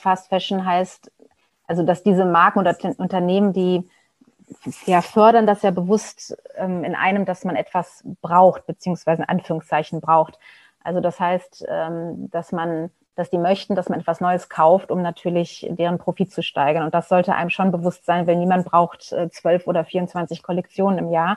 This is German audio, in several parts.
Fast Fashion heißt, also dass diese Marken oder Unternehmen, die ja fördern das ja bewusst in einem, dass man etwas braucht, beziehungsweise in Anführungszeichen braucht. Also das heißt, dass die möchten, dass man etwas Neues kauft, um natürlich deren Profit zu steigern. Und das sollte einem schon bewusst sein, weil niemand braucht 12 oder 24 Kollektionen im Jahr.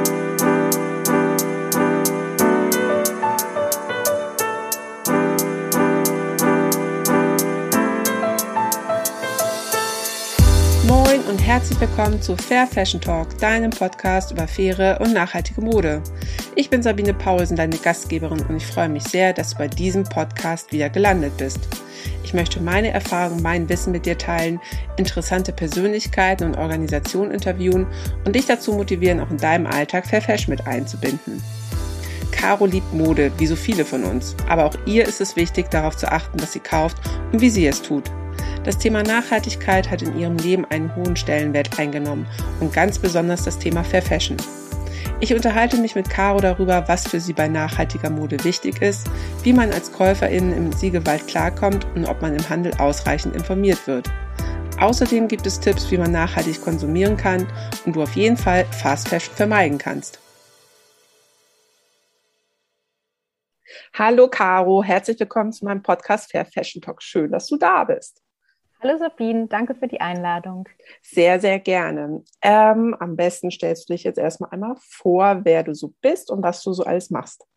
Moin und herzlich willkommen zu Fair Fashion Talk, deinem Podcast über faire und nachhaltige Mode. Ich bin Sabine Paulsen, deine Gastgeberin, und ich freue mich sehr, dass du bei diesem Podcast wieder gelandet bist. Ich möchte meine Erfahrungen, mein Wissen mit dir teilen, interessante Persönlichkeiten und Organisationen interviewen und dich dazu motivieren, auch in deinem Alltag Fair Fashion mit einzubinden. Caro liebt Mode, wie so viele von uns, aber auch ihr ist es wichtig, darauf zu achten, was sie kauft und wie sie es tut. Das Thema Nachhaltigkeit hat in ihrem Leben einen hohen Stellenwert eingenommen und ganz besonders das Thema Fair Fashion. Ich unterhalte mich mit Caro darüber, was für sie bei nachhaltiger Mode wichtig ist, wie man als Käuferin im Siegewald klarkommt und ob man im Handel ausreichend informiert wird. Außerdem gibt es Tipps, wie man nachhaltig konsumieren kann und du auf jeden Fall Fast Fashion vermeiden kannst. Hallo Caro, herzlich willkommen zu meinem Podcast Fair Fashion Talk. Schön, dass du da bist. Hallo Sabine, danke für die Einladung. Sehr, sehr gerne. Am besten stellst du dich jetzt erstmal einmal vor, wer du so bist und was du so alles machst.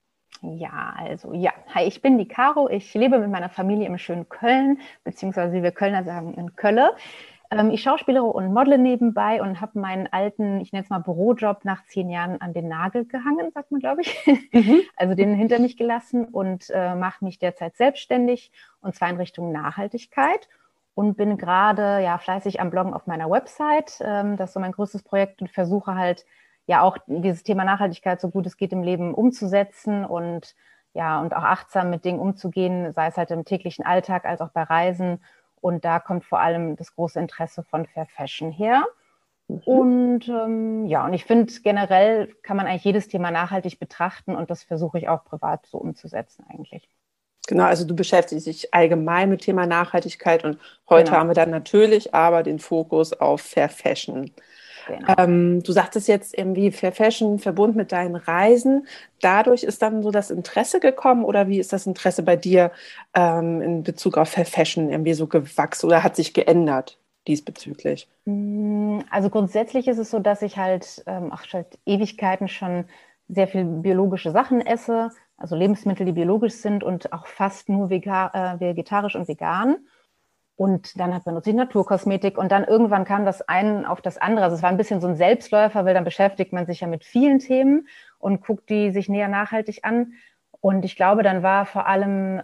Hi, ich bin die Caro. Ich lebe mit meiner Familie im schönen Köln, beziehungsweise wie wir Kölner sagen, in Kölle. Ich schauspielere und modele nebenbei und habe meinen alten, ich nenne es mal Bürojob, nach 10 Jahren an den Nagel gehangen, sagt man, glaube ich. Also den hinter mich gelassen und mache mich derzeit selbstständig, und zwar in Richtung Nachhaltigkeit. Und bin gerade fleißig am Bloggen auf meiner Website. Das ist so mein größtes Projekt, und versuche halt auch dieses Thema Nachhaltigkeit so gut es geht im Leben umzusetzen und auch achtsam mit Dingen umzugehen, sei es halt im täglichen Alltag als auch bei Reisen. Und da kommt vor allem das große Interesse von Fair Fashion her. Und und ich finde, generell kann man eigentlich jedes Thema nachhaltig betrachten, und das versuche ich auch privat so umzusetzen eigentlich. Genau, also du beschäftigst dich allgemein mit Thema Nachhaltigkeit, und heute haben wir dann natürlich aber den Fokus auf Fair Fashion. Genau. Du sagtest jetzt irgendwie Fair Fashion verbunden mit deinen Reisen. Dadurch ist dann so das Interesse gekommen, oder wie ist das Interesse bei dir in Bezug auf Fair Fashion irgendwie so gewachsen oder hat sich geändert diesbezüglich? Also grundsätzlich ist es so, dass ich halt seit Ewigkeiten schon sehr viel biologische Sachen esse, also Lebensmittel, die biologisch sind und auch fast nur vegetarisch und vegan. Und dann benutze ich Naturkosmetik, und dann irgendwann kam das eine auf das andere. Also es war ein bisschen so ein Selbstläufer, weil dann beschäftigt man sich ja mit vielen Themen und guckt die sich näher nachhaltig an. Und ich glaube, dann war vor allem,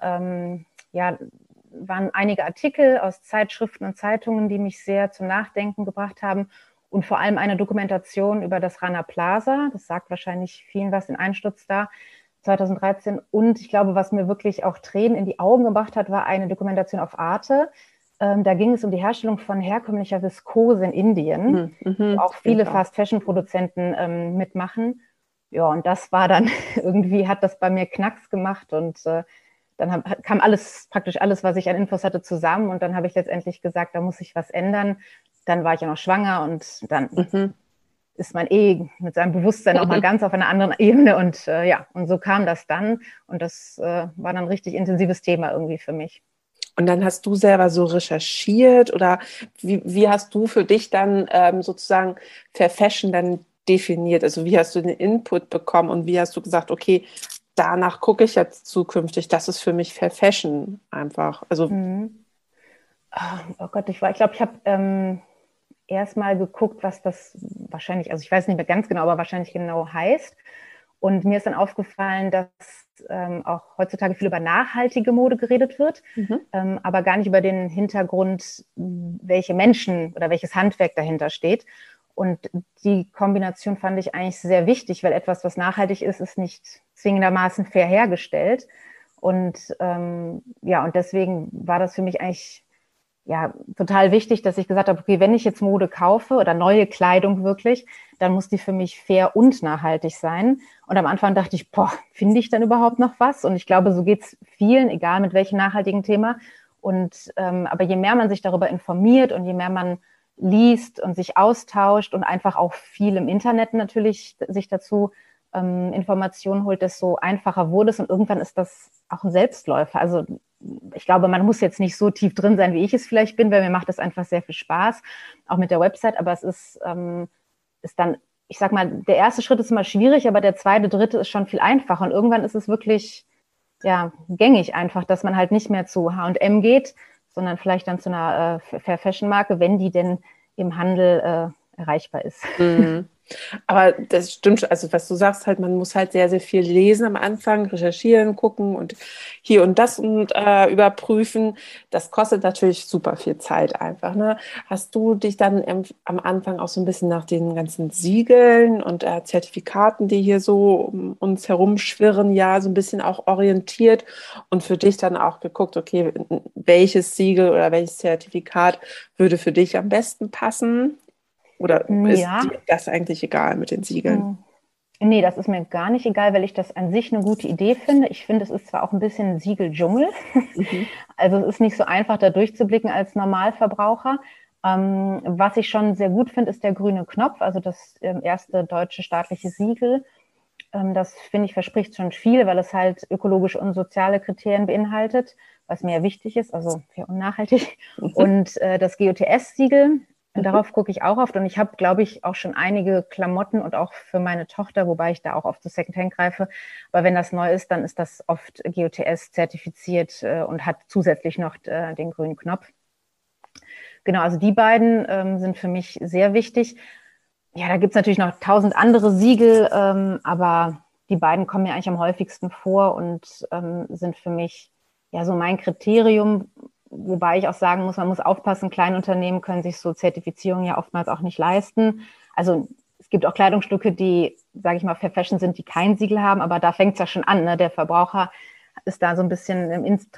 waren einige Artikel aus Zeitschriften und Zeitungen, die mich sehr zum Nachdenken gebracht haben. Und vor allem eine Dokumentation über das Rana Plaza. Das sagt wahrscheinlich vielen was, den Einsturz da 2013. Und ich glaube, was mir wirklich auch Tränen in die Augen gebracht hat, war eine Dokumentation auf Arte. Da ging es um die Herstellung von herkömmlicher Viskose in Indien, wo auch viele Fast-Fashion-Produzenten mitmachen. Ja, und das war dann irgendwie, hat das bei mir Knacks gemacht, und dann kam praktisch alles, was ich an Infos hatte, zusammen, und dann habe ich letztendlich gesagt, da muss sich was ändern. Dann war ich ja noch schwanger, und dann ist man mit seinem Bewusstsein nochmal ganz auf einer anderen Ebene, und und so kam das dann, und das war dann ein richtig intensives Thema irgendwie für mich. Und dann hast du selber so recherchiert, oder wie hast du für dich dann sozusagen Fair Fashion dann definiert? Also wie hast du den Input bekommen und wie hast du gesagt, okay, danach gucke ich jetzt zukünftig, das ist für mich Fair Fashion einfach. Also Oh Gott, ich glaube, ich habe erst mal geguckt, was das wahrscheinlich, also ich weiß nicht mehr ganz genau, aber wahrscheinlich genau heißt. Und mir ist dann aufgefallen, dass auch heutzutage viel über nachhaltige Mode geredet wird, aber gar nicht über den Hintergrund, welche Menschen oder welches Handwerk dahinter steht. Und die Kombination fand ich eigentlich sehr wichtig, weil etwas, was nachhaltig ist, ist nicht zwingendermaßen fair hergestellt. Und und deswegen war das für mich eigentlich total wichtig, dass ich gesagt habe, okay, wenn ich jetzt Mode kaufe oder neue Kleidung wirklich, dann muss die für mich fair und nachhaltig sein. Und am Anfang dachte ich, finde ich dann überhaupt noch was? Und ich glaube, so geht's vielen, egal mit welchem nachhaltigen Thema. Aber je mehr man sich darüber informiert und je mehr man liest und sich austauscht und einfach auch viel im Internet natürlich sich dazu Informationen holt, desto einfacher wurde es. Und irgendwann ist das auch ein Selbstläufer. Also ich glaube, man muss jetzt nicht so tief drin sein, wie ich es vielleicht bin, weil mir macht das einfach sehr viel Spaß, auch mit der Website. Aber es ist dann, ich sag mal, der erste Schritt ist immer schwierig, aber der zweite, dritte ist schon viel einfacher. Und irgendwann ist es wirklich gängig einfach, dass man halt nicht mehr zu H&M geht, sondern vielleicht dann zu einer Fair Fashion Marke, wenn die denn im Handel erreichbar ist. Mhm. Aber das stimmt schon, also was du sagst, halt, man muss halt sehr, sehr viel lesen am Anfang, recherchieren, gucken und hier und das und überprüfen. Das kostet natürlich super viel Zeit einfach, ne? Hast du dich dann am Anfang auch so ein bisschen nach den ganzen Siegeln und Zertifikaten, die hier so um uns herumschwirren, ja, so ein bisschen auch orientiert und für dich dann auch geguckt, okay, welches Siegel oder welches Zertifikat würde für dich am besten passen? Oder ist Ja, dir das eigentlich egal mit den Siegeln? nee, das ist mir gar nicht egal, weil ich das an sich eine gute Idee finde. Ich finde, es ist zwar auch ein bisschen ein Siegeldschungel. Mhm. Also es ist nicht so einfach, da durchzublicken als Normalverbraucher. Was ich schon sehr gut finde, ist der grüne Knopf, also das erste deutsche staatliche Siegel. Das, finde ich, verspricht schon viel, weil es halt ökologische und soziale Kriterien beinhaltet, was mir ja wichtig ist, also fair und nachhaltig. Mhm. Und das GOTS-Siegel, Mhm. darauf gucke ich auch oft. Und ich habe, glaube ich, auch schon einige Klamotten und auch für meine Tochter, wobei ich da auch oft zu Secondhand greife. Aber wenn das neu ist, dann ist das oft GOTS zertifiziert und hat zusätzlich noch den grünen Knopf. Genau, also die beiden sind für mich sehr wichtig. Ja, da gibt es natürlich noch 1000 andere Siegel, aber die beiden kommen mir eigentlich am häufigsten vor und sind für mich ja so mein Kriterium, wobei ich auch sagen muss, man muss aufpassen, Kleinunternehmen können sich so Zertifizierungen ja oftmals auch nicht leisten. Also es gibt auch Kleidungsstücke, die, sage ich mal, Fair Fashion sind, die kein Siegel haben, aber da fängt es ja schon an. Ne? Der Verbraucher ist da so ein bisschen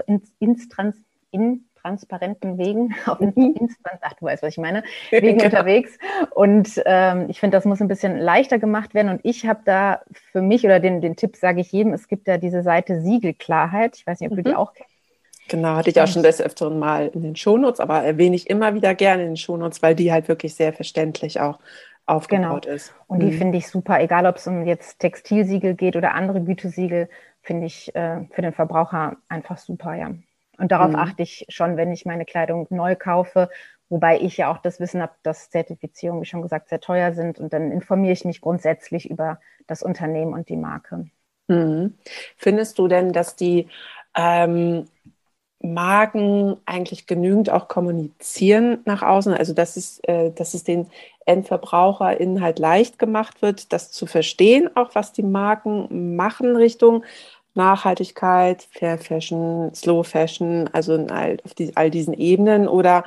in transparenten Wegen, auf Mhm. ach, du weißt, was ich meine, Wegen Genau. unterwegs. Und ich finde, das muss ein bisschen leichter gemacht werden. Und ich habe da für mich, oder den Tipp sage ich jedem, es gibt ja diese Seite Siegelklarheit. Ich weiß nicht, ob du die Mhm. auch kennst. Genau, hatte ich auch schon Und des Öfteren mal in den Shownotes, aber erwähne ich immer wieder gerne in den Shownotes, weil die halt wirklich sehr verständlich auch genau. aufgebaut ist. Und die Mhm. finde ich super, egal ob es um jetzt Textilsiegel geht oder andere Gütesiegel, finde ich für den Verbraucher einfach super, ja. Und darauf Mhm. achte ich schon, wenn ich meine Kleidung neu kaufe, wobei ich ja auch das Wissen habe, dass Zertifizierungen, wie schon gesagt, sehr teuer sind. Und dann informiere ich mich grundsätzlich über das Unternehmen und die Marke. Mhm. Findest du denn, dass die ähm, Marken eigentlich genügend auch kommunizieren nach außen, also dass es den EndverbraucherInnen halt leicht gemacht wird, das zu verstehen, auch was die Marken machen Richtung Nachhaltigkeit, Fair Fashion, Slow Fashion, also in all diesen Ebenen? Oder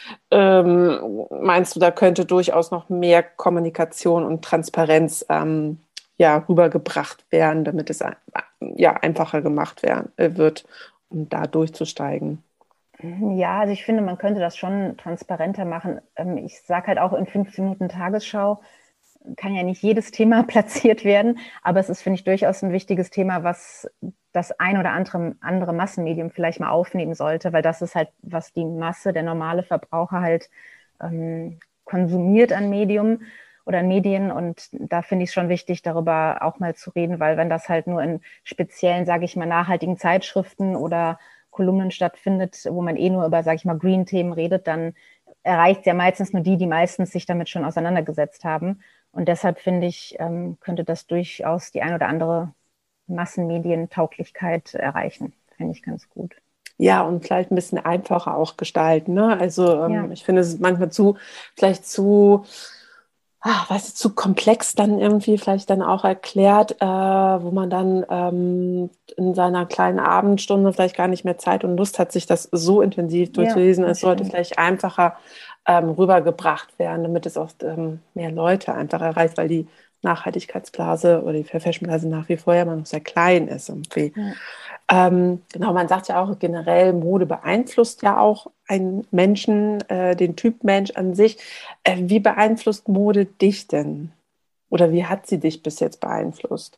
meinst du, da könnte durchaus noch mehr Kommunikation und Transparenz ja, rübergebracht werden, damit es ja, einfacher gemacht wird, um da durchzusteigen? Ja, also ich finde, man könnte das schon transparenter machen. Ich sage halt auch in 15 Minuten Tagesschau kann ja nicht jedes Thema platziert werden, aber es ist, finde ich, durchaus ein wichtiges Thema, was das ein oder andere Massenmedium vielleicht mal aufnehmen sollte, weil das ist halt, was die Masse, der normale Verbraucher halt konsumiert an Medium oder an Medien. Und da finde ich es schon wichtig, darüber auch mal zu reden, weil wenn das halt nur in speziellen, sage ich mal, nachhaltigen Zeitschriften oder Kolumnen stattfindet, wo man eh nur über, sage ich mal, Green-Themen redet, dann erreicht es ja meistens nur die, die meistens sich damit schon auseinandergesetzt haben. Und deshalb finde ich, könnte das durchaus die ein oder andere Massenmedientauglichkeit erreichen. Finde ich ganz gut. Ja, und vielleicht ein bisschen einfacher auch gestalten, ne? Also Ja, ich finde, es ist manchmal vielleicht zu weißt du, zu komplex dann irgendwie vielleicht dann auch erklärt, wo man dann in seiner kleinen Abendstunde vielleicht gar nicht mehr Zeit und Lust hat, sich das so intensiv ja, durchzulesen. Es das sollte stimmt. vielleicht einfacher rübergebracht werden, damit es auch mehr Leute einfach erreicht, weil die Nachhaltigkeitsblase oder die Fair Fashion Blase nach wie vor ja immer noch sehr klein ist irgendwie. Ja. Genau, man sagt ja auch generell, Mode beeinflusst ja auch einen Menschen, den Typ Mensch an sich. Wie beeinflusst Mode dich denn? Oder wie hat sie dich bis jetzt beeinflusst?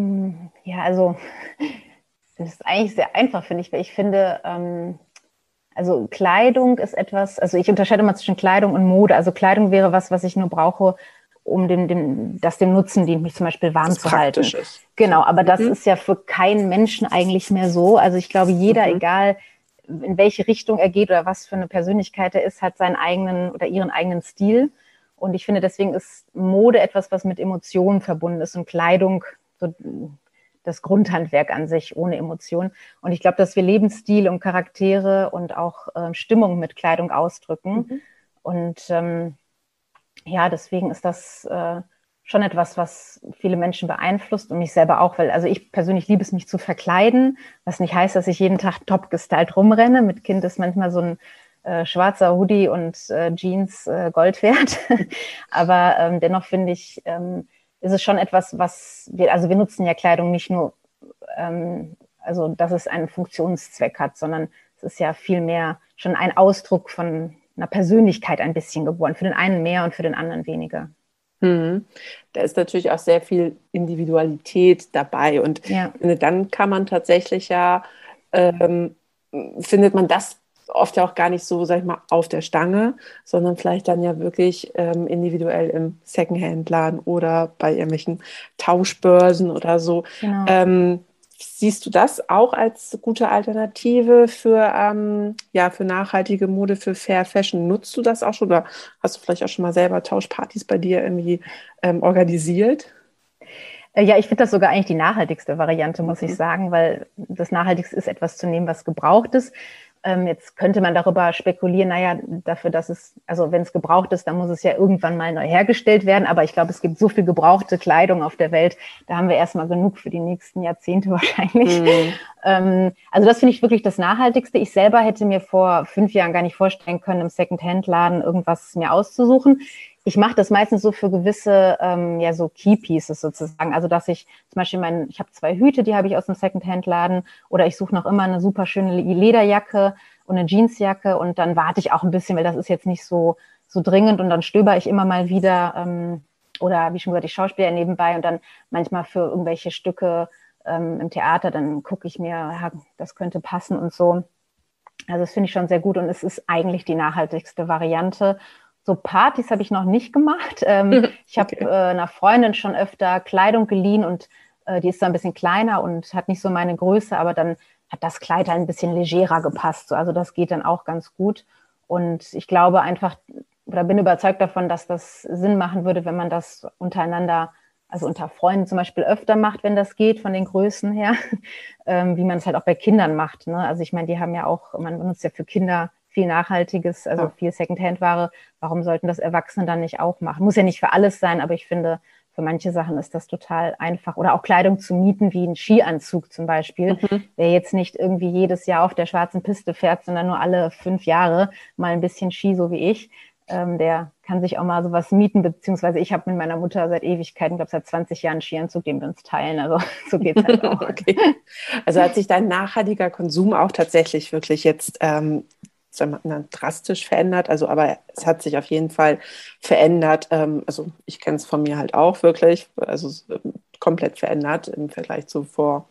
Ja, also das ist eigentlich sehr einfach, finde ich, weil ich finde, Also Kleidung ist etwas, also ich unterscheide immer zwischen Kleidung und Mode. Also Kleidung wäre was ich nur brauche, um das dem Nutzen dient, mich zum Beispiel warm zu halten. Ist. Genau, aber das ist ja für keinen Menschen eigentlich mehr so. Also ich glaube, jeder, egal in welche Richtung er geht oder was für eine Persönlichkeit er ist, hat seinen eigenen oder ihren eigenen Stil. Und ich finde, deswegen ist Mode etwas, was mit Emotionen verbunden ist und Kleidung so das Grundhandwerk an sich ohne Emotion. Und ich glaube, dass wir Lebensstil und Charaktere und auch Stimmung mit Kleidung ausdrücken. Und ja, deswegen ist das schon etwas, was viele Menschen beeinflusst und mich selber auch, weil also ich persönlich liebe es, mich zu verkleiden, was nicht heißt, dass ich jeden Tag top gestylt rumrenne. Mit Kind ist manchmal so ein schwarzer Hoodie und Jeans Gold wert. Aber dennoch finde ich, ist es schon etwas, wir nutzen ja Kleidung nicht nur, also dass es einen Funktionszweck hat, sondern es ist ja vielmehr schon ein Ausdruck von einer Persönlichkeit ein bisschen geworden. Für den einen mehr und für den anderen weniger. Da ist natürlich auch sehr viel Individualität dabei. Und Ja. Dann kann man tatsächlich findet man das oft ja auch gar nicht so, sag ich mal, auf der Stange, sondern vielleicht dann ja wirklich individuell im Secondhand-Laden oder bei irgendwelchen Tauschbörsen oder so. Genau. Siehst du das auch als gute Alternative für nachhaltige Mode, für Fair Fashion? Nutzt du das auch schon oder hast du vielleicht auch schon mal selber Tauschpartys bei dir irgendwie organisiert? Ja, ich finde das sogar eigentlich die nachhaltigste Variante, muss ich sagen, weil das Nachhaltigste ist, etwas zu nehmen, was gebraucht ist. Jetzt könnte man darüber spekulieren, naja, dafür, dass also wenn es gebraucht ist, dann muss es ja irgendwann mal neu hergestellt werden. Aber ich glaube, es gibt so viel gebrauchte Kleidung auf der Welt, da haben wir erstmal genug für die nächsten Jahrzehnte wahrscheinlich. Also das finde ich wirklich das Nachhaltigste. Ich selber hätte mir vor 5 Jahren gar nicht vorstellen können, im Second-Hand-Laden irgendwas mir auszusuchen. Ich mache das meistens so für gewisse, so Key-Pieces sozusagen. Also dass ich zum Beispiel ich habe 2 Hüte, die habe ich aus dem Second-Hand-Laden, oder ich suche noch immer eine super schöne Lederjacke und eine Jeansjacke und dann warte ich auch ein bisschen, weil das ist jetzt nicht so dringend und dann stöber ich immer mal wieder oder wie schon gesagt, ich schauspiele ja nebenbei und dann manchmal für irgendwelche Stücke im Theater, dann gucke ich mir, ja, das könnte passen und so. Also das finde ich schon sehr gut und es ist eigentlich die nachhaltigste Variante. So Partys habe ich noch nicht gemacht. Ich habe einer Freundin schon öfter Kleidung geliehen und die ist so ein bisschen kleiner und hat nicht so meine Größe, aber dann hat das Kleid halt ein bisschen legerer gepasst. So. Also das geht dann auch ganz gut. Und ich glaube einfach, oder bin überzeugt davon, dass das Sinn machen würde, wenn man das untereinander, also unter Freunden zum Beispiel öfter macht, wenn das geht, von den Größen her, wie man es halt auch bei Kindern macht. Ne? Also ich meine, die haben ja auch, man benutzt ja für Kinder viel Nachhaltiges, also viel Secondhand-Ware. Warum sollten das Erwachsene dann nicht auch machen? Muss ja nicht für alles sein, aber ich finde, für manche Sachen ist das total einfach. Oder auch Kleidung zu mieten, wie ein Skianzug zum Beispiel. Wer jetzt nicht irgendwie jedes Jahr auf der schwarzen Piste fährt, sondern nur alle 5 Jahre mal ein bisschen Ski, so wie ich, der kann sich auch mal sowas mieten, beziehungsweise ich habe mit meiner Mutter seit Ewigkeiten, ich glaube seit 20 Jahren einen Skianzug, den wir uns teilen. Also so geht es halt auch. Okay. Also hat sich dein nachhaltiger Konsum auch tatsächlich wirklich jetzt drastisch verändert, also aber es hat sich auf jeden Fall verändert. Also ich kenne es von mir halt auch wirklich, also komplett verändert im Vergleich zu vor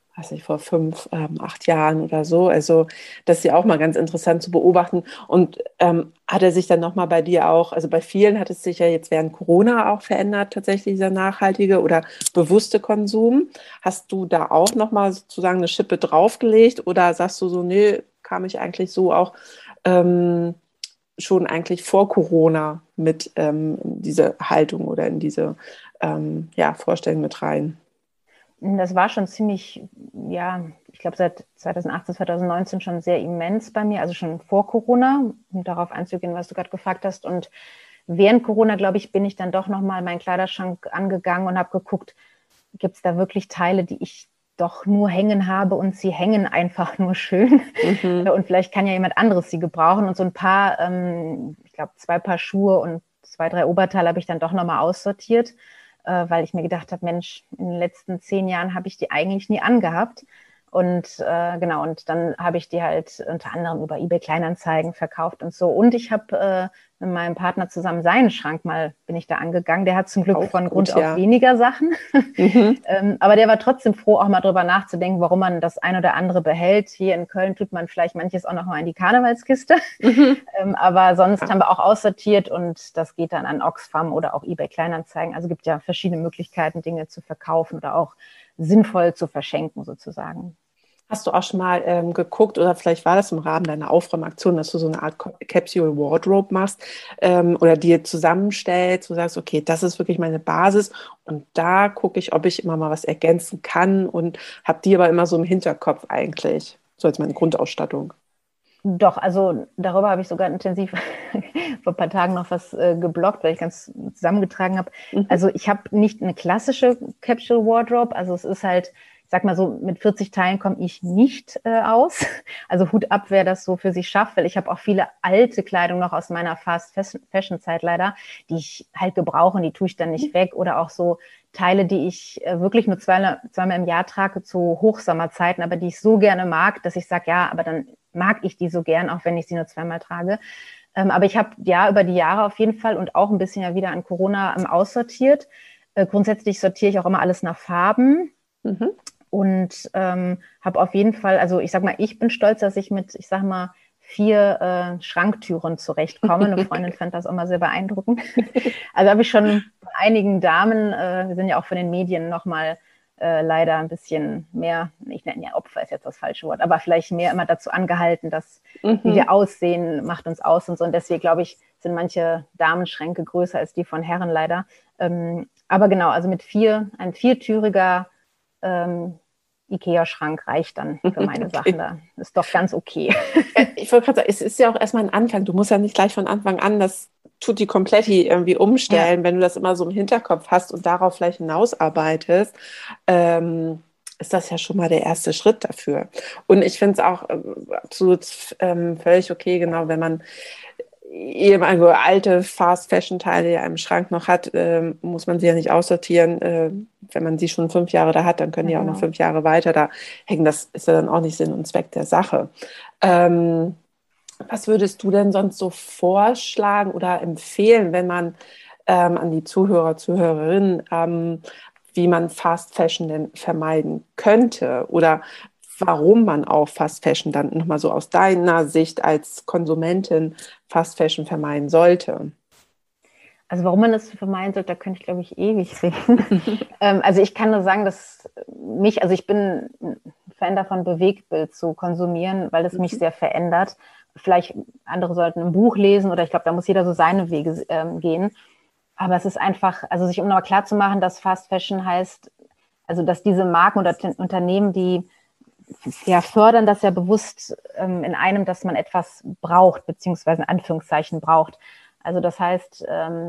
5, 8 Jahren oder so. Also das ist ja auch mal ganz interessant zu beobachten. Und hat er sich dann nochmal bei dir auch, also bei vielen hat es sich ja jetzt während Corona auch verändert, tatsächlich dieser nachhaltige oder bewusste Konsum. Hast du da auch nochmal sozusagen eine Schippe draufgelegt oder sagst du so, nee, kam ich eigentlich so auch schon eigentlich vor Corona mit diese Haltung oder in diese Vorstellung mit rein? Das war schon ziemlich, ja, ich glaube seit 2018, 2019 schon sehr immens bei mir, also schon vor Corona, um darauf einzugehen, was du gerade gefragt hast. Und während Corona, glaube ich, bin ich dann doch nochmal meinen Kleiderschrank angegangen und habe geguckt, gibt es da wirklich Teile, die ich doch nur hängen habe und sie hängen einfach nur schön. Und vielleicht kann ja jemand anderes sie gebrauchen. Und so ein paar, ich glaube 2 Paar Schuhe und 2, 3 Oberteile habe ich dann doch nochmal aussortiert, weil ich mir gedacht habe, Mensch, in den letzten 10 Jahren habe ich die eigentlich nie angehabt. Und genau, und dann habe ich die halt unter anderem über eBay Kleinanzeigen verkauft und so. Und ich habe mit meinem Partner zusammen seinen Schrank bin ich da angegangen. Der hat zum Glück Auch von gut, Grund ja. auf weniger Sachen. Mhm. Aber der war trotzdem froh, auch mal drüber nachzudenken, warum man das ein oder andere behält. Hier in Köln tut man vielleicht manches auch noch mal in die Karnevalskiste. Mhm. Aber sonst Ja. haben wir auch aussortiert und das geht dann an Oxfam oder auch eBay Kleinanzeigen. Also gibt ja verschiedene Möglichkeiten, Dinge zu verkaufen oder auch sinnvoll zu verschenken sozusagen. Hast du auch schon mal geguckt oder vielleicht war das im Rahmen deiner Aufräumaktion, dass du so eine Art Capsule Wardrobe machst oder dir zusammenstellst, wo du sagst, okay, das ist wirklich meine Basis und da gucke ich, ob ich immer mal was ergänzen kann und habe die aber immer so im Hinterkopf eigentlich, so als meine Grundausstattung. Doch, also darüber habe ich sogar intensiv vor ein paar Tagen noch was gebloggt, weil ich ganz zusammengetragen habe. Mhm. Also ich habe nicht eine klassische Capsule Wardrobe, also es ist halt, ich sag mal so, mit 40 Teilen komme ich nicht aus. Also Hut ab, wer das so für sich schafft, weil ich habe auch viele alte Kleidung noch aus meiner Fast Fashion Zeit leider, die ich halt gebrauche und die tue ich dann nicht weg oder auch so Teile, die ich wirklich nur zweimal im Jahr trage zu Hochsommerzeiten, aber die ich so gerne mag, dass ich sage, ja, aber dann mag ich die so gern, auch wenn ich sie nur zweimal trage. Aber ich habe ja über die Jahre auf jeden Fall und auch ein bisschen ja wieder an Corona aussortiert. Grundsätzlich sortiere ich auch immer alles nach Farben Mhm. und habe auf jeden Fall, also ich sag mal, ich bin stolz, dass ich mit, ich sag mal, 4 Schranktüren zurechtkomme. Eine Freundin fand das auch mal sehr beeindruckend. Also habe ich schon von einigen Damen, wir sind ja auch von den Medien nochmal leider ein bisschen mehr, ich nenne ja Opfer, ist jetzt das falsche Wort, aber vielleicht mehr immer dazu angehalten, dass wie Mhm. wir aussehen, macht uns aus und so. Und deswegen, glaube ich, sind manche Damenschränke größer als die von Herren leider. Aber genau, also mit ein viertüriger IKEA-Schrank reicht dann für meine Sachen. Okay. Da ist doch ganz okay. Ich wollte gerade sagen, es ist ja auch erstmal ein Anfang. Du musst ja nicht gleich von Anfang an das Tutti Kompletti irgendwie Ja. umstellen, wenn du das immer so im Hinterkopf hast und darauf vielleicht hinausarbeitest. Ist das ja schon mal der erste Schritt dafür. Und ich finde es auch absolut völlig okay, genau, wenn man eben also alte Fast-Fashion-Teile ja im Schrank noch hat, muss man sie ja nicht aussortieren. Wenn man sie schon 5 Jahre da hat, dann können Ja, die auch noch genau. 5 Jahre weiter da hängen. Das ist ja dann auch nicht Sinn und Zweck der Sache. Ähm, Was würdest du denn sonst so vorschlagen oder empfehlen, wenn man an die Zuhörer, Zuhörerinnen, wie man Fast Fashion denn vermeiden könnte oder warum man auch Fast Fashion dann nochmal so aus deiner Sicht als Konsumentin Fast Fashion vermeiden sollte? Also warum man das vermeiden sollte, da könnte ich, glaube ich, ewig reden. Also ich kann nur sagen, dass also ich bin ein Fan davon, Bewegtbild zu konsumieren, weil es mich Mhm. sehr verändert. Vielleicht andere sollten ein Buch lesen oder ich glaube, da muss jeder so seine Wege gehen. Aber es ist einfach, also sich um nochmal klar zu machen, dass Fast Fashion heißt, also dass diese Marken oder Unternehmen, die ja fördern das ja bewusst in einem, dass man etwas braucht, beziehungsweise in Anführungszeichen braucht. Also das heißt,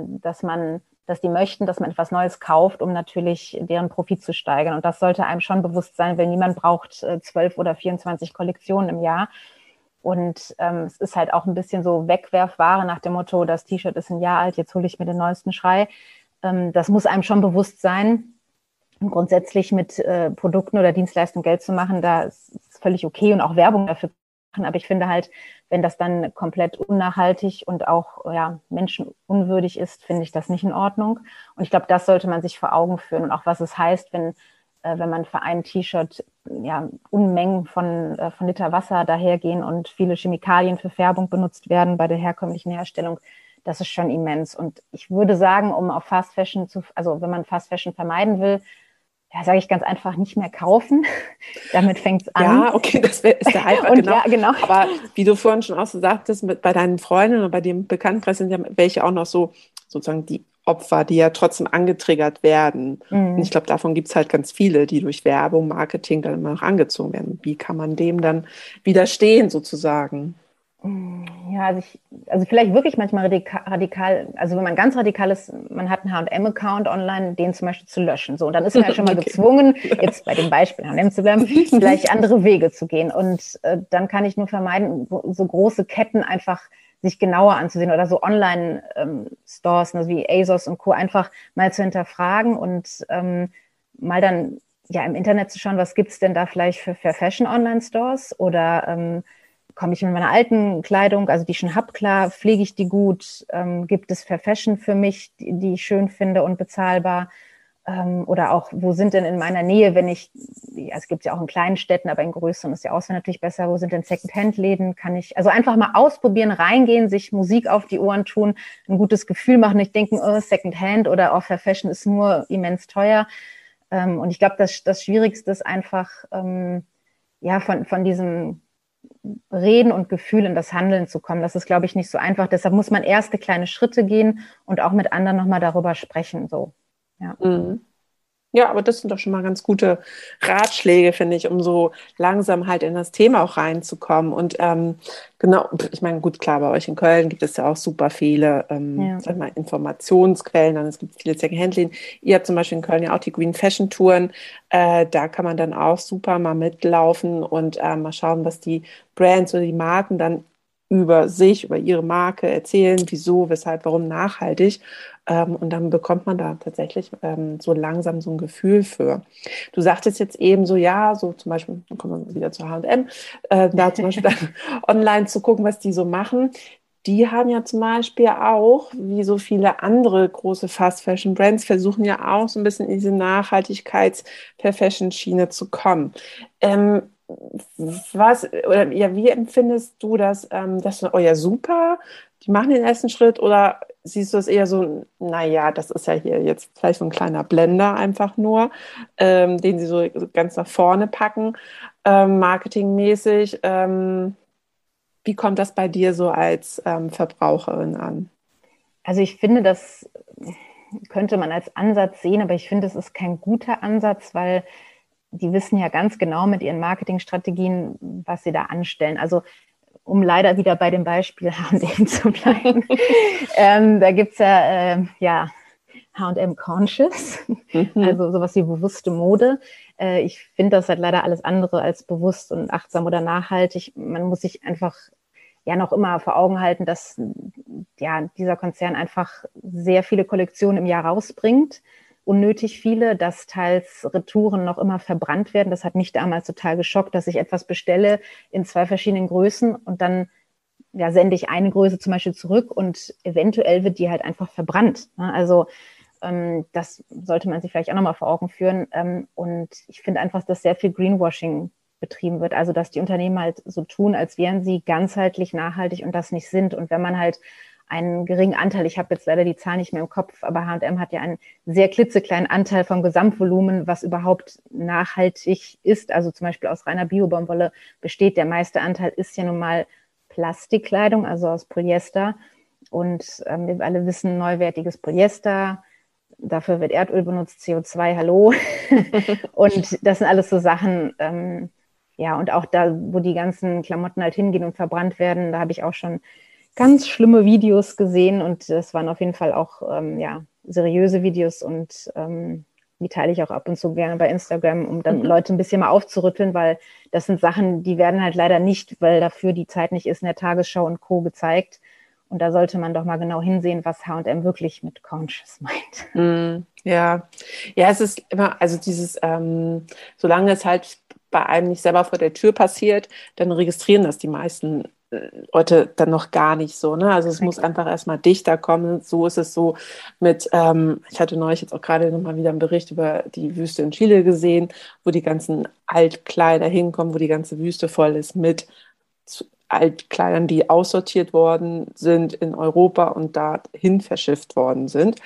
dass die möchten, dass man etwas Neues kauft, um natürlich deren Profit zu steigern. Und das sollte einem schon bewusst sein, weil niemand braucht 12 oder 24 Kollektionen im Jahr. Und es ist halt auch ein bisschen so Wegwerfware nach dem Motto, das T-Shirt ist ein Jahr alt, jetzt hole ich mir den neuesten Schrei. Das muss einem schon bewusst sein. Und grundsätzlich mit Produkten oder Dienstleistungen Geld zu machen, da ist es völlig okay und auch Werbung dafür zu machen. Aber ich finde halt, wenn das dann komplett unnachhaltig und auch ja, menschenunwürdig ist, finde ich das nicht in Ordnung. Und ich glaube, das sollte man sich vor Augen führen und auch was es heißt, wenn man für ein T-Shirt ja, Unmengen von Liter Wasser dahergehen und viele Chemikalien für Färbung benutzt werden bei der herkömmlichen Herstellung. Das ist schon immens. Und ich würde sagen, um auf Fast Fashion also wenn man Fast Fashion vermeiden will, ja, sage ich ganz einfach, nicht mehr kaufen. Damit fängt es an. Ja, okay, ist der einfach, Und genau. ja, genau. Aber wie du vorhin schon auch so sagtest, bei deinen Freundinnen oder bei dem Bekanntenkreis sind ja welche auch noch so sozusagen die Opfer, die ja trotzdem angetriggert werden. Und ich Mhm. glaube, davon gibt es halt ganz viele, die durch Werbung, Marketing dann immer noch angezogen werden. Wie kann man dem dann widerstehen, sozusagen? Ja, also vielleicht wirklich manchmal radikal, also wenn man ganz radikal ist, man hat einen H&M-Account online, den zum Beispiel zu löschen. So, und dann ist man ja schon mal Okay. gezwungen, jetzt bei dem Beispiel H&M zu bleiben, vielleicht andere Wege zu gehen. Und dann kann ich nur vermeiden, so große Ketten einfach sich genauer anzusehen oder so Online-Stores, also wie ASOS und Co. einfach mal zu hinterfragen und mal dann ja, im Internet zu schauen, was gibt es denn da vielleicht für Fair Fashion Online-Stores oder komme ich mit meiner alten Kleidung, also die ich schon habe, klar, pflege ich die gut, gibt es Fair Fashion für mich, die ich schön finde und bezahlbar, oder auch, wo sind denn in meiner Nähe, wenn ich, ja, es gibt ja auch in kleinen Städten, aber in größeren ist ja Auswahl natürlich besser, wo sind denn Second-Hand-Läden, kann ich, also einfach mal ausprobieren, reingehen, sich Musik auf die Ohren tun, ein gutes Gefühl machen, nicht denken, oh, Second-Hand oder auch Fair Fashion ist nur immens teuer. Und ich glaube, das Schwierigste ist einfach, ja, von diesem Reden und Gefühl in das Handeln zu kommen. Das ist, glaube ich, nicht so einfach. Deshalb muss man erste kleine Schritte gehen und auch mit anderen nochmal darüber sprechen. So, ja. Mhm. Ja, aber das sind doch schon mal ganz gute Ratschläge, finde ich, um so langsam halt in das Thema auch reinzukommen. Und genau, ich meine, gut, klar, bei euch in Köln gibt es ja auch super viele, Ja. sag mal, Informationsquellen, dann es gibt viele Secondhand-Läden. Ihr habt zum Beispiel in Köln ja auch die Green Fashion Touren. Da kann man dann auch super mal mitlaufen und mal schauen, was die Brands oder die Marken dann über sich, über ihre Marke erzählen, wieso, weshalb, warum nachhaltig. Und dann bekommt man da tatsächlich so langsam so ein Gefühl für. Du sagtest jetzt eben so, ja, so zum Beispiel, dann kommen wir wieder zu H&M, da zum Beispiel dann online zu gucken, was die so machen. Die haben ja zum Beispiel auch, wie so viele andere große Fast-Fashion-Brands, versuchen ja auch so ein bisschen in diese Nachhaltigkeits-Per-Fashion-Schiene zu kommen. Ähm, oder ja, wie empfindest du das? Das ist, oh ja, super, die machen den ersten Schritt, oder siehst du es eher so, naja, das ist ja hier jetzt vielleicht so ein kleiner Blender einfach nur, den sie so ganz nach vorne packen, marketingmäßig. Wie kommt das bei dir so als Verbraucherin an? Also ich finde, das könnte man als Ansatz sehen, aber ich finde, es ist kein guter Ansatz, weil die wissen ja ganz genau mit ihren Marketingstrategien, was sie da anstellen. Also um leider wieder bei dem Beispiel H&M zu bleiben, da gibt es ja H&M Conscious, Mhm. also sowas wie bewusste Mode. Ich finde das halt leider alles andere als bewusst und achtsam oder nachhaltig. Man muss sich einfach ja noch immer vor Augen halten, dass ja dieser Konzern einfach sehr viele Kollektionen im Jahr rausbringt, unnötig viele, dass teils Retouren noch immer verbrannt werden. Das hat mich damals total geschockt, dass ich etwas bestelle in 2 verschiedenen Größen und dann ja, sende ich eine Größe zum Beispiel zurück und eventuell wird die halt einfach verbrannt. Also das sollte man sich vielleicht auch nochmal vor Augen führen. Und ich finde einfach, dass sehr viel Greenwashing betrieben wird. Also dass die Unternehmen halt so tun, als wären sie ganzheitlich nachhaltig und das nicht sind. Und wenn man halt einen geringen Anteil, ich habe jetzt leider die Zahl nicht mehr im Kopf, aber H&M hat ja einen sehr klitzekleinen Anteil vom Gesamtvolumen, was überhaupt nachhaltig ist. Also zum Beispiel aus reiner Bio-Baumwolle besteht. Der meiste Anteil ist ja nun mal Plastikkleidung, also aus Polyester. Und wir alle wissen, neuwertiges Polyester, dafür wird Erdöl benutzt, CO2, hallo. Und das sind alles so Sachen, ja, und auch da, wo die ganzen Klamotten halt hingehen und verbrannt werden, da habe ich auch schon ganz schlimme Videos gesehen und das waren auf jeden Fall auch ja, seriöse Videos und die teile ich auch ab und zu gerne bei Instagram, um dann Mhm. Leute ein bisschen mal aufzurütteln, weil das sind Sachen, die werden halt leider nicht, weil dafür die Zeit nicht ist, in der Tagesschau und Co. gezeigt. Und da sollte man doch mal genau hinsehen, was H&M wirklich mit Conscious meint. Ja, ja, es ist immer, also dieses, solange es halt bei einem nicht selber vor der Tür passiert, dann registrieren das die meisten Leute dann noch gar nicht so, ne? Also es muss Korrekt. einfach erstmal dichter kommen. So ist es so mit, ich hatte neulich jetzt auch gerade nochmal wieder einen Bericht über die Wüste in Chile gesehen, wo die ganzen Altkleider hinkommen, wo die ganze Wüste voll ist mit Altkleidern, die aussortiert worden sind in Europa und dahin verschifft worden sind.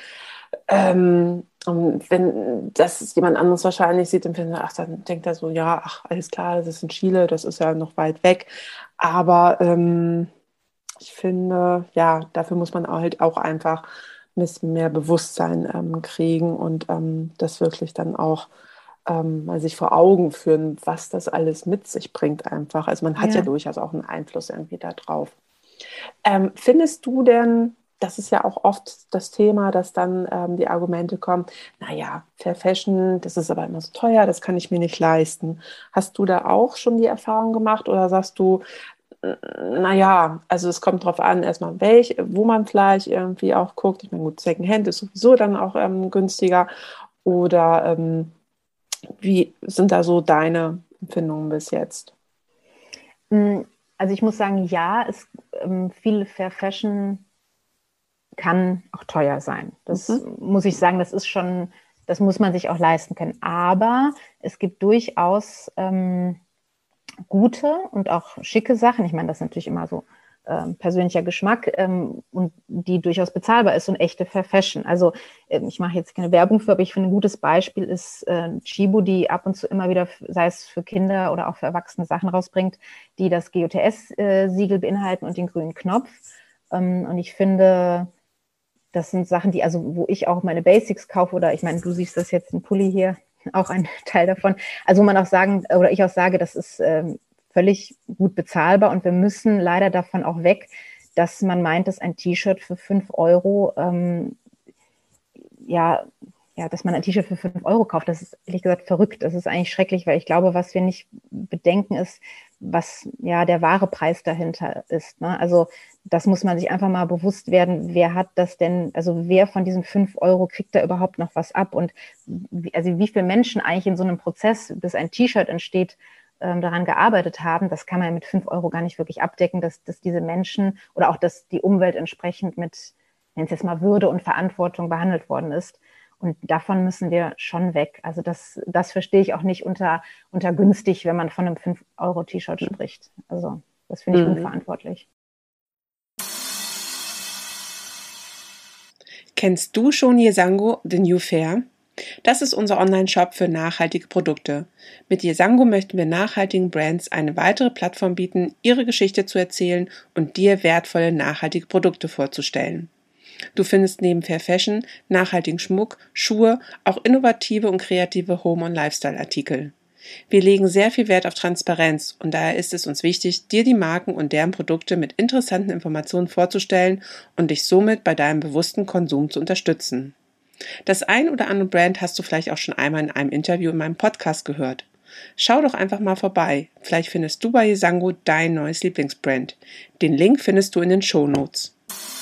Und wenn das jemand anderes wahrscheinlich sieht, dann denkt er so, ja, ach, alles klar, das ist in Chile, das ist ja noch weit weg. Aber ich finde, ja, dafür muss man halt auch einfach ein bisschen mehr Bewusstsein kriegen und das wirklich dann auch mal sich vor Augen führen, was das alles mit sich bringt einfach. Also man hat ja Ja. durchaus auch einen Einfluss irgendwie da drauf. Findest du denn, das ist ja auch oft das Thema, dass dann die Argumente kommen, naja, Fair Fashion, das ist aber immer so teuer, das kann ich mir nicht leisten. Hast du da auch schon die Erfahrung gemacht oder sagst du, naja, also es kommt drauf an, erstmal wo man vielleicht irgendwie auch guckt. Ich meine, gut, Secondhand ist sowieso dann auch günstiger oder Wie sind da so deine Empfindungen bis jetzt? Also ich muss sagen, ja, viel Fair Fashion kann auch teuer sein. Das muss ich sagen, das muss man sich auch leisten können. Aber es gibt durchaus gute und auch schicke Sachen. Ich meine, das ist natürlich immer so persönlicher Geschmack und die durchaus bezahlbar ist und echte Fair Fashion. Also ich mache jetzt keine Werbung für, aber ich finde, ein gutes Beispiel ist Chibo, die ab und zu immer wieder, sei es für Kinder oder auch für Erwachsene, Sachen rausbringt, die das GOTS-Siegel beinhalten und den grünen Knopf. Und ich finde, das sind Sachen, wo ich auch meine Basics kaufe, oder ich meine, du siehst das jetzt im Pulli hier, auch ein Teil davon. Also wo man auch sagen, oder ich auch sage, das ist völlig gut bezahlbar und wir müssen leider davon auch weg, dass man meint, dass ein T-Shirt für 5 Euro, dass man ein T-Shirt für 5 Euro kauft. Das ist ehrlich gesagt verrückt. Das ist eigentlich schrecklich, weil ich glaube, was wir nicht bedenken ist, was ja der wahre Preis dahinter ist. Ne? Also das muss man sich einfach mal bewusst werden, wer hat das denn, also wer von diesen 5 Euro kriegt da überhaupt noch was ab und wie viele Menschen eigentlich in so einem Prozess, bis ein T-Shirt entsteht, daran gearbeitet haben, das kann man mit 5 Euro gar nicht wirklich abdecken, dass diese Menschen oder auch, dass die Umwelt entsprechend mit, nennen es jetzt mal, Würde und Verantwortung behandelt worden ist. Und davon müssen wir schon weg. Also das verstehe ich auch nicht unter günstig, wenn man von einem 5-Euro-T-Shirt spricht. Also das finde ich unverantwortlich. Kennst du schon Yesango, The New Fair? Das ist unser Online-Shop für nachhaltige Produkte. Mit Yesango möchten wir nachhaltigen Brands eine weitere Plattform bieten, ihre Geschichte zu erzählen und dir wertvolle nachhaltige Produkte vorzustellen. Du findest neben Fair Fashion, nachhaltigen Schmuck, Schuhe, auch innovative und kreative Home- und Lifestyle-Artikel. Wir legen sehr viel Wert auf Transparenz und daher ist es uns wichtig, dir die Marken und deren Produkte mit interessanten Informationen vorzustellen und dich somit bei deinem bewussten Konsum zu unterstützen. Das ein oder andere Brand hast du vielleicht auch schon einmal in einem Interview in meinem Podcast gehört. Schau doch einfach mal vorbei. Vielleicht findest du bei Yesango dein neues Lieblingsbrand. Den Link findest du in den Shownotes.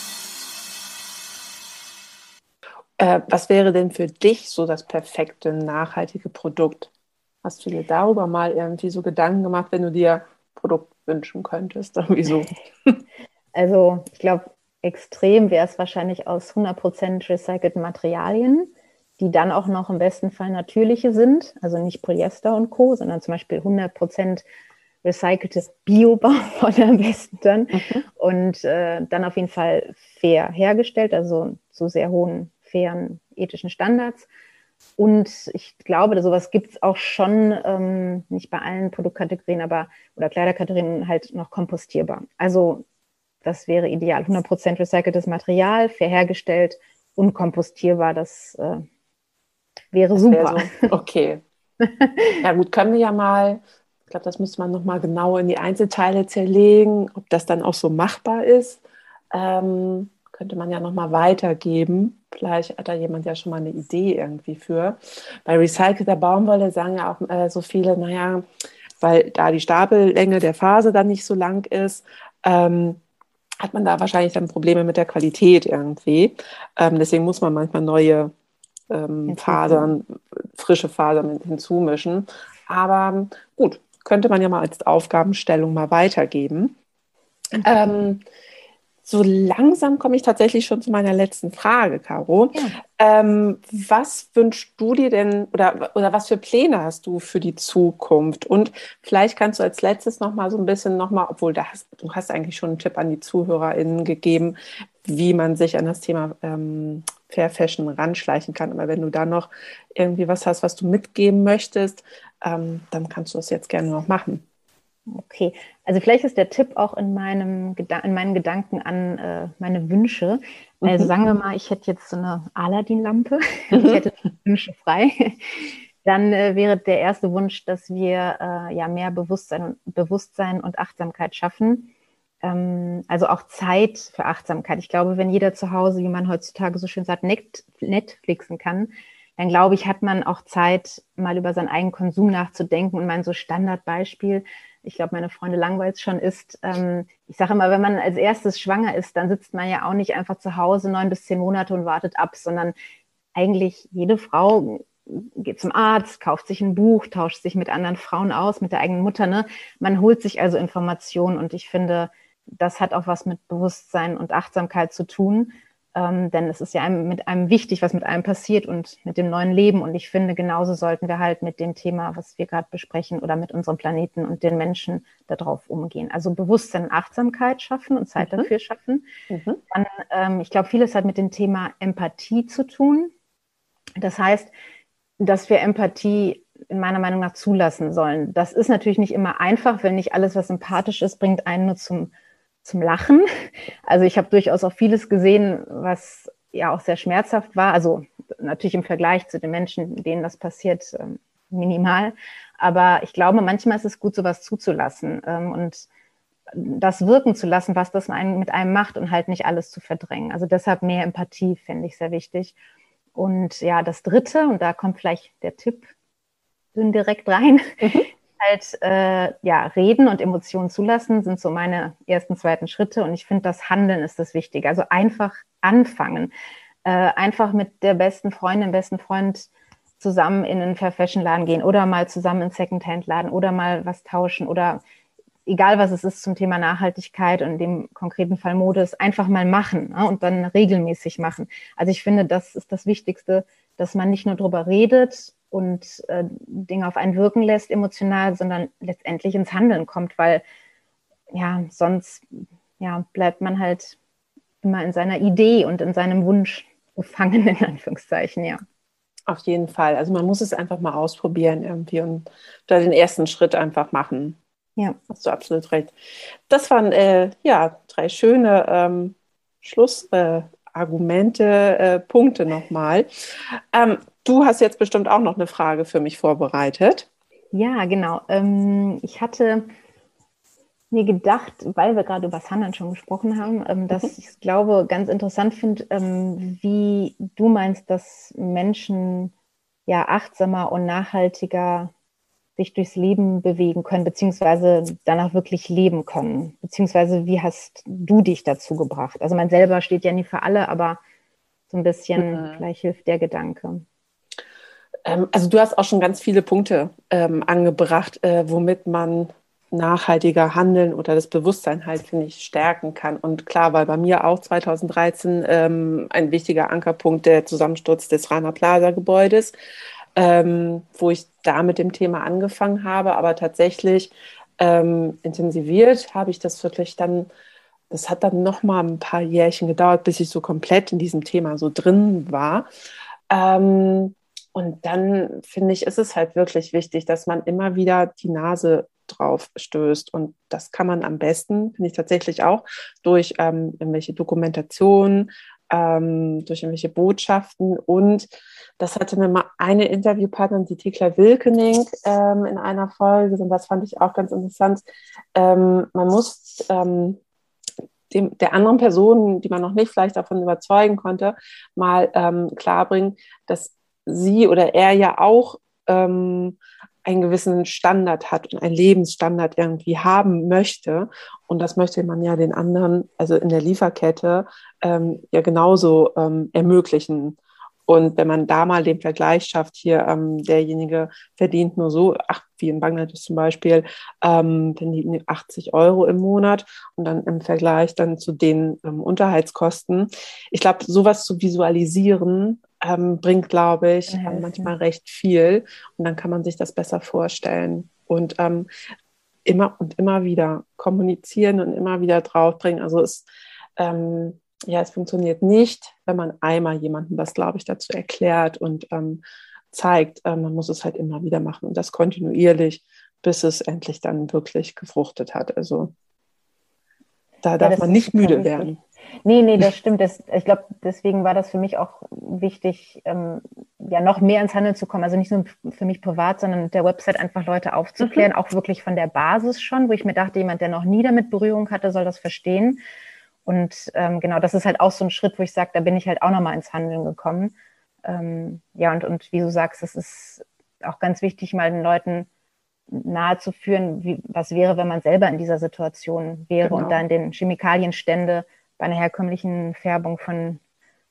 Was wäre denn für dich so das perfekte, nachhaltige Produkt? Hast du dir darüber mal irgendwie so Gedanken gemacht, wenn du dir ein Produkt wünschen könntest? Irgendwie so. Also ich glaube, extrem wäre es wahrscheinlich aus 100% recycelten Materialien, die dann auch noch im besten Fall natürliche sind, also nicht Polyester und Co., sondern zum Beispiel 100% recycelte Bio-Baumwolle am besten dann und dann auf jeden Fall fair hergestellt, also zu sehr hohen, fairen, ethischen Standards. Und ich glaube, sowas gibt es auch schon, nicht bei allen Produktkategorien, oder Kleiderkategorien halt noch kompostierbar. Also das wäre ideal. 100% recyceltes Material, fair hergestellt, unkompostierbar, das wäre super. So, okay. Ja gut, können wir ja mal, ich glaube, das müsste man nochmal genau in die Einzelteile zerlegen, ob das dann auch so machbar ist. Könnte man ja nochmal weitergeben. Vielleicht hat da jemand ja schon mal eine Idee irgendwie für. Bei recycelter Baumwolle sagen ja auch so viele, naja, weil da die Stapellänge der Faser dann nicht so lang ist, hat man da wahrscheinlich dann Probleme mit der Qualität irgendwie. Deswegen muss man manchmal neue Fasern, frische Fasern hinzumischen. Aber gut, könnte man ja mal als Aufgabenstellung mal weitergeben. So langsam komme ich tatsächlich schon zu meiner letzten Frage, Caro. Ja. Was wünschst du dir denn oder was für Pläne hast du für die Zukunft? Und vielleicht kannst du als letztes noch mal so ein bisschen obwohl du hast eigentlich schon einen Tipp an die ZuhörerInnen gegeben, wie man sich an das Thema Fair Fashion ranschleichen kann. Aber wenn du da noch irgendwie was hast, was du mitgeben möchtest, dann kannst du das jetzt gerne noch machen. Okay, also vielleicht ist der Tipp auch in meinen Gedanken an meine Wünsche. Also sagen wir mal, ich hätte jetzt so eine Aladdin-Lampe, ich hätte Wünsche frei. Dann wäre der erste Wunsch, dass wir mehr Bewusstsein und Achtsamkeit schaffen. Also auch Zeit für Achtsamkeit. Ich glaube, wenn jeder zu Hause, wie man heutzutage so schön sagt, Netflixen kann, dann glaube ich, hat man auch Zeit, mal über seinen eigenen Konsum nachzudenken. Und mein so Standardbeispiel, ich glaube, meine Freunde langweilt es schon, ist, ich sage immer, wenn man als erstes schwanger ist, dann sitzt man ja auch nicht einfach zu Hause 9 bis 10 Monate und wartet ab, sondern eigentlich jede Frau geht zum Arzt, kauft sich ein Buch, tauscht sich mit anderen Frauen aus, mit der eigenen Mutter. Ne? Man holt sich also Informationen und ich finde, das hat auch was mit Bewusstsein und Achtsamkeit zu tun. Denn es ist ja mit einem wichtig, was mit einem passiert und mit dem neuen Leben. Und ich finde, genauso sollten wir halt mit dem Thema, was wir gerade besprechen, oder mit unserem Planeten und den Menschen darauf umgehen. Also Bewusstsein und Achtsamkeit schaffen und Zeit dafür schaffen. Dann, ich glaube, vieles hat mit dem Thema Empathie zu tun. Das heißt, dass wir Empathie in meiner Meinung nach zulassen sollen. Das ist natürlich nicht immer einfach, weil nicht alles, was sympathisch ist, bringt einen nur zum Lachen. Also ich habe durchaus auch vieles gesehen, was ja auch sehr schmerzhaft war. Also natürlich im Vergleich zu den Menschen, denen das passiert, minimal. Aber ich glaube, manchmal ist es gut, sowas zuzulassen und das wirken zu lassen, was das mit einem macht und halt nicht alles zu verdrängen. Also deshalb mehr Empathie finde ich sehr wichtig. Und ja, das Dritte, und da kommt vielleicht der Tipp direkt rein, halt reden und Emotionen zulassen, sind so meine ersten, zweiten Schritte. Und ich finde, das Handeln ist das Wichtige. Also einfach anfangen. Einfach mit der besten Freundin, besten Freund zusammen in einen Fair-Fashion-Laden gehen oder mal zusammen in einen Second-Hand-Laden oder mal was tauschen oder egal, was es ist zum Thema Nachhaltigkeit und in dem konkreten Fall Mode, ist einfach mal machen, ne? Und dann regelmäßig machen. Also ich finde, das ist das Wichtigste, dass man nicht nur drüber redet und Dinge auf einen wirken lässt emotional, sondern letztendlich ins Handeln kommt, weil ja, sonst bleibt man halt immer in seiner Idee und in seinem Wunsch gefangen, in Anführungszeichen, ja. Auf jeden Fall. Also man muss es einfach mal ausprobieren irgendwie und da den ersten Schritt einfach machen. Ja. Hast du absolut recht. Das waren 3 schöne Schlussargumente, Punkte nochmal. Du hast jetzt bestimmt auch noch eine Frage für mich vorbereitet. Ja, genau. Ich hatte mir gedacht, weil wir gerade über das Handeln schon gesprochen haben, dass ich es, glaube, ganz interessant finde, wie du meinst, dass Menschen ja achtsamer und nachhaltiger sich durchs Leben bewegen können, beziehungsweise danach wirklich leben können. Beziehungsweise wie hast du dich dazu gebracht? Also man selber steht ja nie für alle, aber so ein bisschen vielleicht hilft der Gedanke. Also du hast auch schon ganz viele Punkte angebracht, womit man nachhaltiger handeln oder das Bewusstsein halt, finde ich, stärken kann. Und klar, weil bei mir auch 2013 ein wichtiger Ankerpunkt der Zusammensturz des Rana Plaza Gebäudes, wo ich da mit dem Thema angefangen habe, aber tatsächlich intensiviert habe ich das wirklich dann, das hat dann noch mal ein paar Jährchen gedauert, bis ich so komplett in diesem Thema so drin war. Und dann finde ich, ist es halt wirklich wichtig, dass man immer wieder die Nase drauf stößt. Und das kann man am besten, finde ich tatsächlich auch, durch irgendwelche Dokumentationen, durch irgendwelche Botschaften. Und das hatte mir mal eine Interviewpartnerin, die Thekla Wilkening, in einer Folge, und das fand ich auch ganz interessant. Man muss der anderen Person, die man noch nicht vielleicht davon überzeugen konnte, mal klarbringen, dass sie oder er ja auch einen gewissen Standard hat und einen Lebensstandard irgendwie haben möchte. Und das möchte man ja den anderen, also in der Lieferkette, ja genauso ermöglichen. Und wenn man da mal den Vergleich schafft, hier derjenige verdient nur so, wie in Bangladesch zum Beispiel, verdient 80 Euro im Monat und dann im Vergleich dann zu den Unterhaltskosten. Ich glaube, sowas zu visualisieren, bringt, glaube ich, manchmal recht viel und dann kann man sich das besser vorstellen und immer und immer wieder kommunizieren und immer wieder draufbringen. Also es funktioniert nicht, wenn man einmal jemandem das, glaube ich, dazu erklärt und zeigt. Man muss es halt immer wieder machen und das kontinuierlich, bis es endlich dann wirklich gefruchtet hat. Also da darf man nicht müde werden. Nee, das stimmt. Ich glaube, deswegen war das für mich auch wichtig, noch mehr ins Handeln zu kommen. Also nicht nur für mich privat, sondern mit der Website einfach Leute aufzuklären, auch wirklich von der Basis schon, wo ich mir dachte, jemand, der noch nie damit Berührung hatte, soll das verstehen. Und genau, das ist halt auch so ein Schritt, wo ich sage, da bin ich halt auch nochmal ins Handeln gekommen. Und wie du sagst, es ist auch ganz wichtig, mal den Leuten nahezuführen, was wäre, wenn man selber in dieser Situation wäre und da in den Chemikalienstände bei einer herkömmlichen Färbung von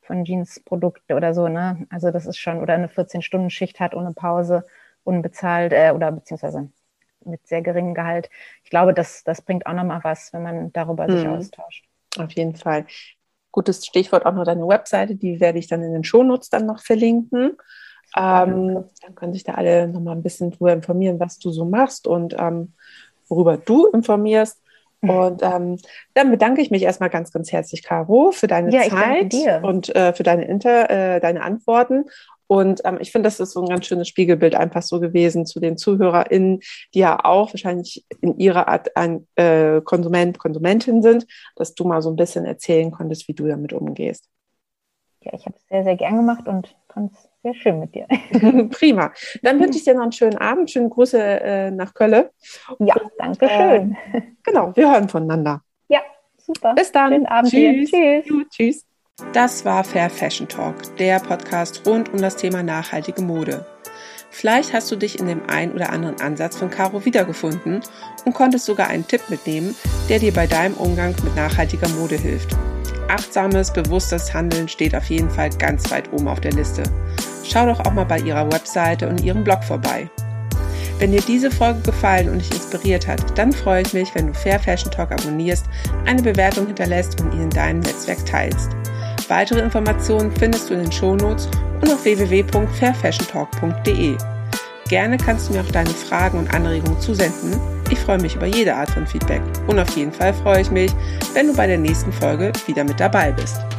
von Jeansprodukte oder so, ne? Also das ist schon, oder eine 14-Stunden-Schicht hat ohne Pause, unbezahlt oder beziehungsweise mit sehr geringem Gehalt. Ich glaube, das bringt auch nochmal was, wenn man darüber sich austauscht. Auf jeden Fall. Gutes Stichwort auch noch deine Webseite, die werde ich dann in den Shownotes dann noch verlinken. Dann können sich da alle nochmal ein bisschen drüber informieren, was du so machst und worüber du informierst. Und dann bedanke ich mich erstmal ganz, ganz herzlich, Caro, für deine Zeit und für deine Antworten. Und ich finde, das ist so ein ganz schönes Spiegelbild einfach so gewesen zu den ZuhörerInnen, die ja auch wahrscheinlich in ihrer Art ein Konsumentin sind, dass du mal so ein bisschen erzählen konntest, wie du damit umgehst. Ja, ich habe es sehr, sehr gern gemacht und fand es sehr schön mit dir. Prima. Dann wünsche ich dir noch einen schönen Abend. Schöne Grüße nach Köln. Ja, danke schön. Genau, wir hören voneinander. Ja, super. Bis dann. Schönen Abend Tschüss. dir. Tschüss. Jo, tschüss. Das war Fair Fashion Talk, der Podcast rund um das Thema nachhaltige Mode. Vielleicht hast du dich in dem ein oder anderen Ansatz von Caro wiedergefunden und konntest sogar einen Tipp mitnehmen, der dir bei deinem Umgang mit nachhaltiger Mode hilft. Achtsames, bewusstes Handeln steht auf jeden Fall ganz weit oben auf der Liste. Schau doch auch mal bei ihrer Webseite und ihrem Blog vorbei. Wenn dir diese Folge gefallen und dich inspiriert hat, dann freue ich mich, wenn du Fair Fashion Talk abonnierst, eine Bewertung hinterlässt und ihn in deinem Netzwerk teilst. Weitere Informationen findest du in den Shownotes und auf www.fairfashiontalk.de. Gerne kannst du mir auch deine Fragen und Anregungen zusenden. Ich freue mich über jede Art von Feedback. Und auf jeden Fall freue ich mich, wenn du bei der nächsten Folge wieder mit dabei bist.